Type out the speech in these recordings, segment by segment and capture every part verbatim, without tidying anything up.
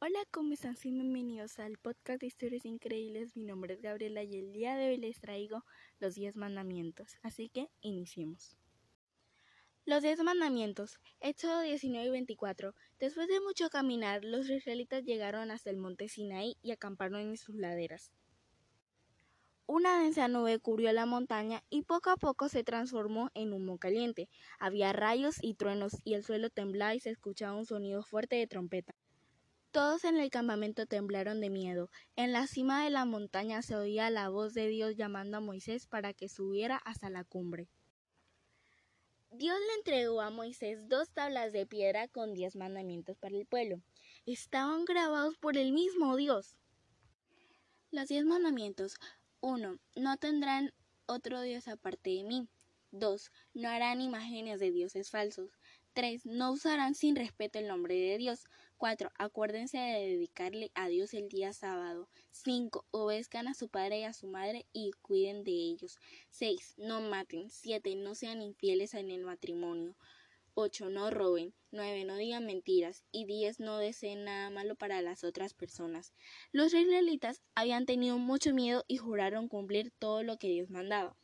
Hola, ¿cómo están? Sí, bienvenidos al podcast de Historias Increíbles. Mi nombre es Gabriela y el día de hoy les traigo los diez mandamientos. Así que iniciemos. Los diez mandamientos. Éxodo diecinueve y veinticuatro. Después de mucho caminar, los israelitas llegaron hasta el monte Sinaí y acamparon en sus laderas. Una densa nube cubrió la montaña y poco a poco se transformó en humo caliente. Había rayos y truenos y el suelo temblaba y se escuchaba un sonido fuerte de trompeta. Todos en el campamento temblaron de miedo. En la cima de la montaña se oía la voz de Dios llamando a Moisés para que subiera hasta la cumbre. Dios le entregó a Moisés dos tablas de piedra con diez mandamientos para el pueblo. Estaban grabados por el mismo Dios. Los diez mandamientos. uno. No tendrán otro Dios aparte de mí. dos. No harán imágenes de dioses falsos. tres. No usarán sin respeto el nombre de Dios. cuatro. Acuérdense de dedicarle a Dios el día sábado. cinco. Obedezcan a su padre y a su madre y cuiden de ellos. seis. No maten. siete. No sean infieles en el matrimonio. ocho. No roben. nueve. No digan mentiras. Y diez. No deseen nada malo para las otras personas. Los israelitas habían tenido mucho miedo y juraron cumplir todo lo que Dios mandaba.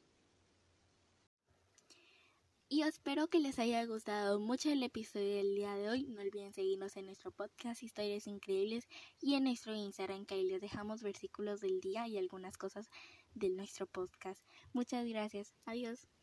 Y espero que les haya gustado mucho el episodio del día de hoy. No olviden seguirnos en nuestro podcast Historias Increíbles y en nuestro Instagram, que ahí les dejamos versículos del día y algunas cosas de nuestro podcast. Muchas gracias. Adiós.